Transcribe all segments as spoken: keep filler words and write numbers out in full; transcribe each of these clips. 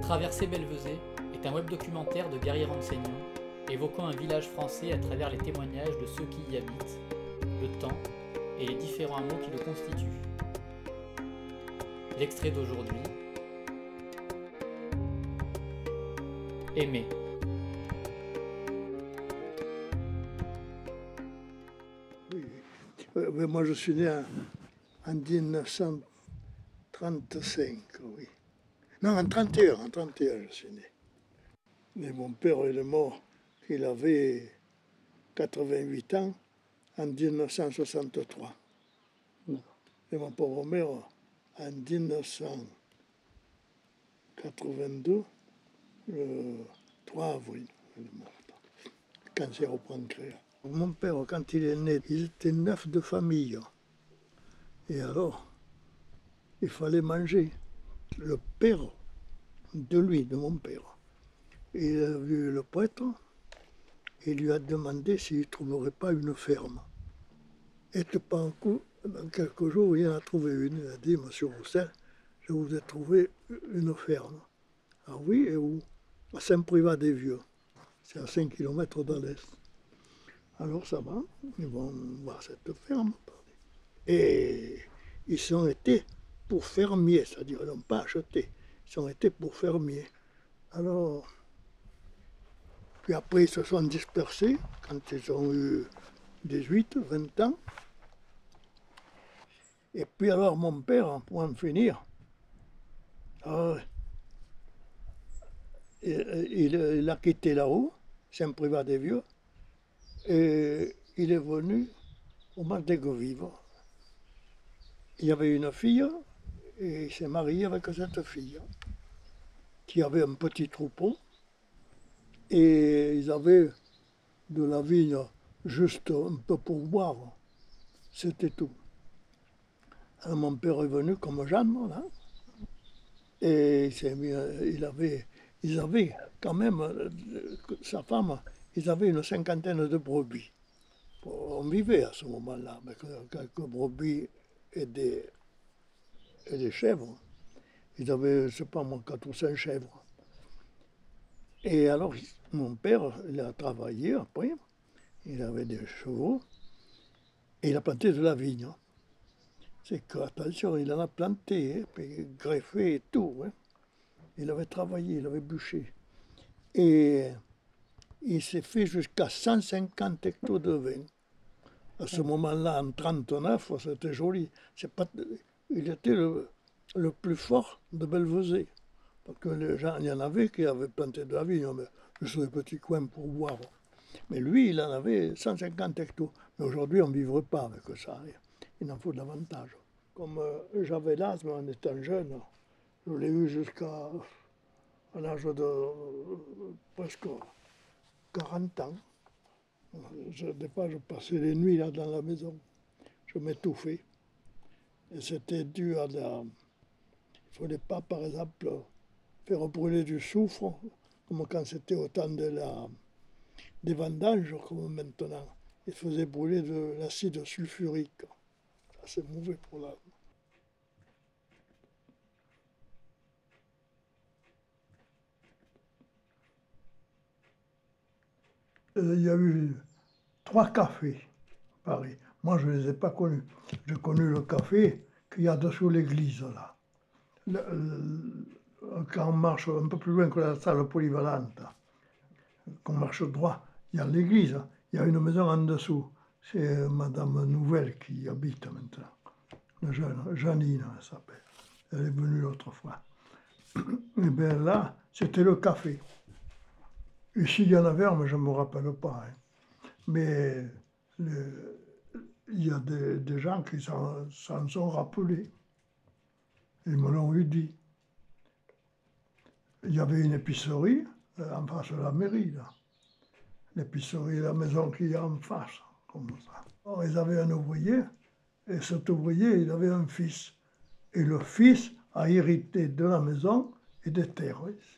Traversée Belvezé est un web documentaire de Gary Renseignant évoquant un village français à travers les témoignages de ceux qui y habitent, le temps et les différents hameaux qui le constituent. L'extrait d'aujourd'hui, Aimer. Oui, oui. Moi je suis né en, en dix-neuf cent trente-cinq, oui. Non, en trente et un, en trente et un je suis né. Mais mon père il est mort, il avait quatre-vingt-huit ans en dix-neuf cent soixante-trois. Et ma pauvre mère en dix-neuf cent quatre-vingt-deux, le trois avril, elle est morte. Cancer au pancréas. Mon père, quand il est né, il était neuf de famille. Et alors, il fallait manger. Le père de lui, de mon père, il a vu le prêtre et lui a demandé s'il ne trouverait pas une ferme. Et tout d'un coup, dans quelques jours, il en a trouvé une. Il a dit, Monsieur Roussel, je vous ai trouvé une ferme. Ah oui, et où? À Saint-Privat-des-Vieux. C'est à cinq kilomètres de l'Est. Alors ça va, ils vont voir cette ferme. Et ils sont été pour fermiers, c'est-à-dire ils n'ont pas acheté, ils sont été pour fermiers. Alors, puis après ils se sont dispersés quand ils ont eu dix-huit, vingt ans. Et puis alors mon père, pour en finir, alors, il, il, il a quitté là-haut, Saint-Privat-des-Vieux, et il est venu au Mas-d'Aigues-Vives. Il y avait une fille, et il s'est marié avec cette fille, qui avait un petit troupeau, et ils avaient de la vigne juste un peu pour boire. C'était tout. Alors mon père est venu comme Jeanne, là, et il avait, ils avaient quand même, sa femme, ils avaient une cinquantaine de brebis. On vivait à ce moment-là avec quelques brebis et des, et des chèvres. Ils avaient, je ne sais pas moi, quatre ou cinq chèvres. Et alors, mon père, il a travaillé après, il avait des chevaux, et il a planté de la vigne. C'est que, attention, il en a planté, hein, puis greffé et tout. Hein. Il avait travaillé, il avait bûché. Et il s'est fait jusqu'à cent cinquante hectares de vin. À ce moment-là, en trente-neuf, c'était joli. C'est pas, il était le, le plus fort de Belvezé. Parce que les gens, il y en avait qui avaient planté de la vigne, mais juste des petits coins pour boire. Mais lui, il en avait cent cinquante hectares. Mais aujourd'hui, on ne vivrait pas avec ça. Il en faut davantage. Comme euh, j'avais l'asthme en étant jeune, je l'ai eu jusqu'à l'âge de euh, presque quarante ans. Je, des fois, je passais les nuits là dans la maison. Je m'étouffais. Et c'était dû à la... Il ne fallait pas, par exemple, faire brûler du soufre, comme quand c'était au temps de la... des vendanges, comme maintenant. Il faisait brûler de l'acide sulfurique. Ça, c'est mauvais pour l'âme. Il y a eu trois cafés à Paris. Moi, je ne les ai pas connus. J'ai connu le café qu'il y a dessous l'église, là. Le, le, quand on marche un peu plus loin que la salle polyvalente, qu'on marche droit, il y a l'église, il y a une maison en dessous. C'est Madame Nouvelle qui y habite maintenant. La jeune, Janine, elle s'appelle. Elle est venue l'autre fois. Et bien là, c'était le café. Ici, il y en avait un, mais je ne me rappelle pas. Hein. Mais le, il y a des, des gens qui s'en, s'en sont rappelés. Ils me l'ont eu dit. Il y avait une épicerie en face de la mairie, là. L'épicerie, la maison qui est en face, comme ça. Alors, ils avaient un ouvrier, et cet ouvrier, il avait un fils. Et le fils a hérité de la maison et des terres ici.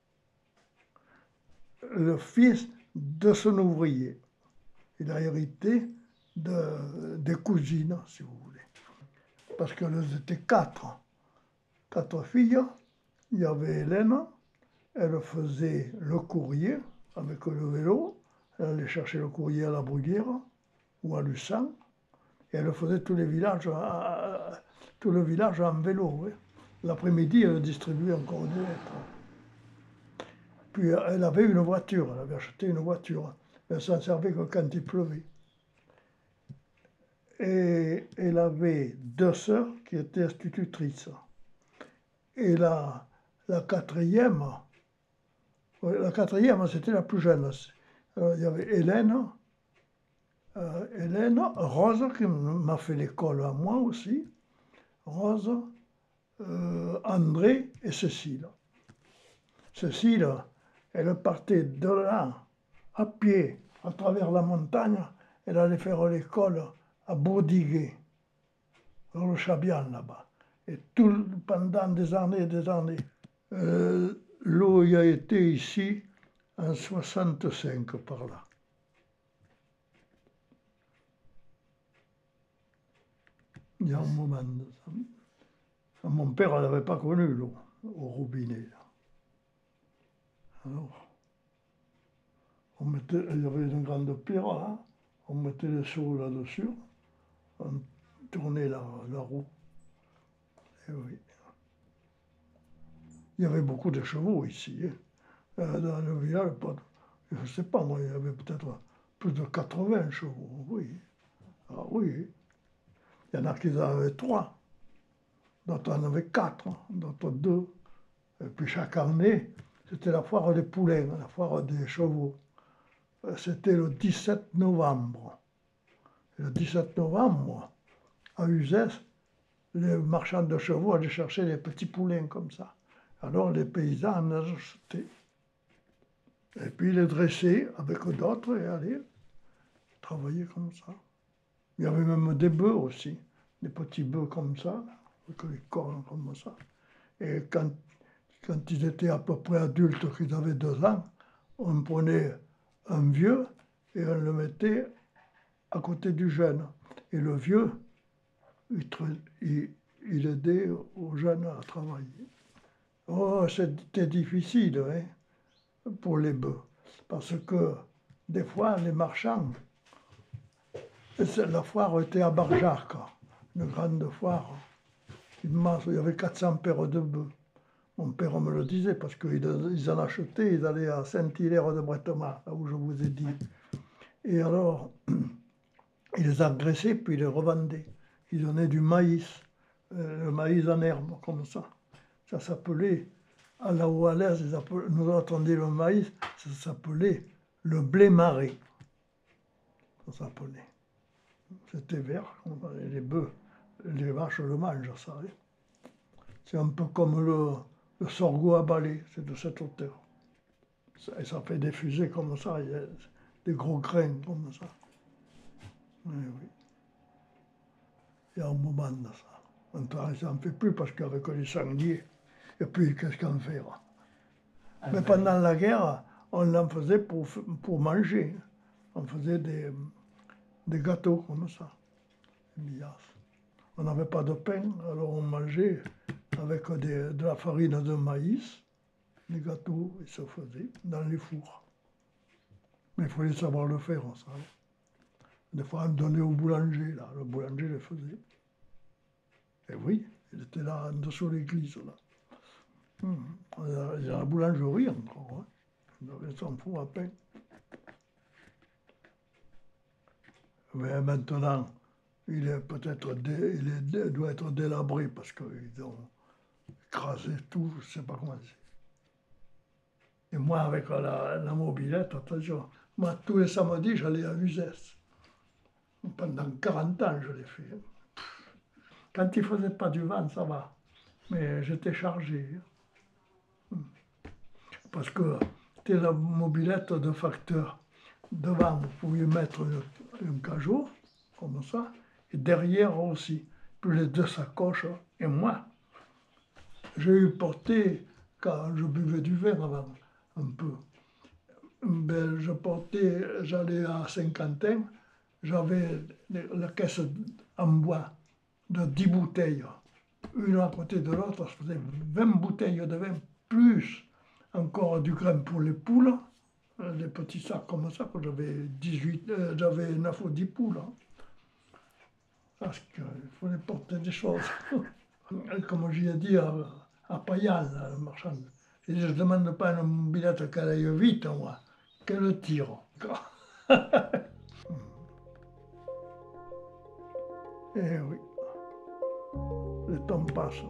Le fils de son ouvrier, il a hérité de, des cousines, si vous voulez. Parce qu'elles étaient quatre. Quatre filles. Il y avait Hélène, elle faisait le courrier avec le vélo, elle allait chercher le courrier à la Bruyère ou à Luçon, et elle faisait tous les villages, à, à, tout le village en vélo. Oui. L'après-midi, elle distribuait encore des lettres. Puis elle avait une voiture, elle avait acheté une voiture. Elle s'en servait que quand il pleuvait. Et elle avait deux sœurs qui étaient institutrices. Et la, la quatrième, la quatrième, c'était la plus jeune. Alors, il y avait Hélène, euh, Hélène, Rose, qui m'a fait l'école à moi aussi, Rose, euh, André et Cécile. Cécile, elle partait de là, à pied, à travers la montagne, elle allait faire l'école à Bourdiguet, dans le Chabian là-bas. Et tout, pendant des années et des années. Euh, l'eau y a été ici en soixante-cinq par là. Il y a un moment. Mon père n'avait pas connu l'eau au robinet. Alors, on mettait, il y avait une grande pierre là, on mettait les seaux là-dessus, on tournait la, la roue. Et oui. Il y avait beaucoup de chevaux ici. Hein. Dans le village, pas de, je ne sais pas, moi, il y avait peut-être plus de quatre-vingts chevaux, oui. Ah oui. Il y en a qui en avaient trois, d'autres en avaient quatre, d'autres deux. Et puis chaque année, c'était la foire des poulains, la foire des chevaux. C'était le dix-sept novembre. Et le dix-sept novembre, à Uzès, les marchands de chevaux allaient chercher les petits poulains comme ça. Alors les paysans en achetaient. Et puis ils les dressaient avec d'autres et allaient travailler comme ça. Il y avait même des bœufs aussi, des petits bœufs comme ça, avec les cornes comme ça. Et quand, quand ils étaient à peu près adultes, qu'ils avaient deux ans, on prenait un vieux et on le mettait à côté du jeune. Et le vieux, il, il, il aidait aux jeunes à travailler. Oh, c'était difficile hein, pour les bœufs, parce que des fois, les marchands, la foire était à Barjac, une grande foire immense, il y avait quatre cents paires de bœufs. Mon père me le disait, parce qu'ils en achetaient, ils allaient à Saint-Hilaire de Bretema, là où je vous ai dit. Et alors, ils les engraissaient, puis ils les revendaient. Ils donnaient du maïs, euh, le maïs en herbe, comme ça. Ça s'appelait, à la Oualaise, nous attendions le maïs, ça s'appelait le blé maré. Ça s'appelait. C'était vert, les bœufs, les vaches le mangent, ça. Hein. C'est un peu comme le, le sorgho à balai, c'est de cette hauteur. Ça, et ça fait des fusées comme ça, il y a des gros grains comme ça. Oui, oui. Il y a un moment de ça. Maintenant, ça n'en fait plus parce qu'avec les sangliers, et puis qu'est-ce qu'on fait là? Ah, mais pendant la guerre, on en faisait pour, pour manger. On faisait des, des gâteaux comme ça, des millages. On n'avait pas de pain, alors on mangeait avec des, de la farine de maïs. Les gâteaux, ils se faisaient dans les fours. Mais il fallait savoir le faire, ça. Des fois, on donnait au boulanger, là. Le boulanger le faisait. Et oui, il était là, en dessous de l'église, là. Hum. Il y a la boulangerie encore, hein. Il avait son four à pain. Mais maintenant, il est peut-être, dé, il est dé, doit être délabré parce qu'ils ont écrasé tout, je ne sais pas comment c'est. Et moi, avec la, la mobilette, attention, moi, tous les samedis, j'allais à Uzès. Pendant quarante ans, je l'ai fait. Quand il ne faisait pas du vent, ça va. Mais j'étais chargé. Parce que c'était la mobilette de facteur. Devant, vous pouviez mettre un cajot, comme ça, et derrière aussi. Puis les deux sacoches. Et moi, j'ai eu porté, quand je buvais du vin avant, un peu, ben, je portais, j'allais à Saint-Quentin, j'avais la caisse en bois de dix bouteilles, une à côté de l'autre, ça faisait vingt bouteilles de vin, plus encore du grain pour les poules, euh, des petits sacs comme ça, que j'avais dix-huit, euh, j'avais neuf ou dix poules. Hein. Parce qu'il fallait porter des choses. Comme j'y ai dit à, à Payal, le marchand, j'ai dit, je ne demande pas une mobilette qu'elle aille vite, moi, qu'elle tire. Eh oui, le temps passe.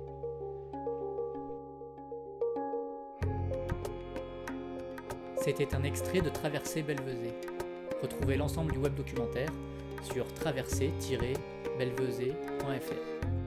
C'était un extrait de Traversée Belvezé. Retrouvez l'ensemble du web documentaire sur traversée tiret belvezé point f r.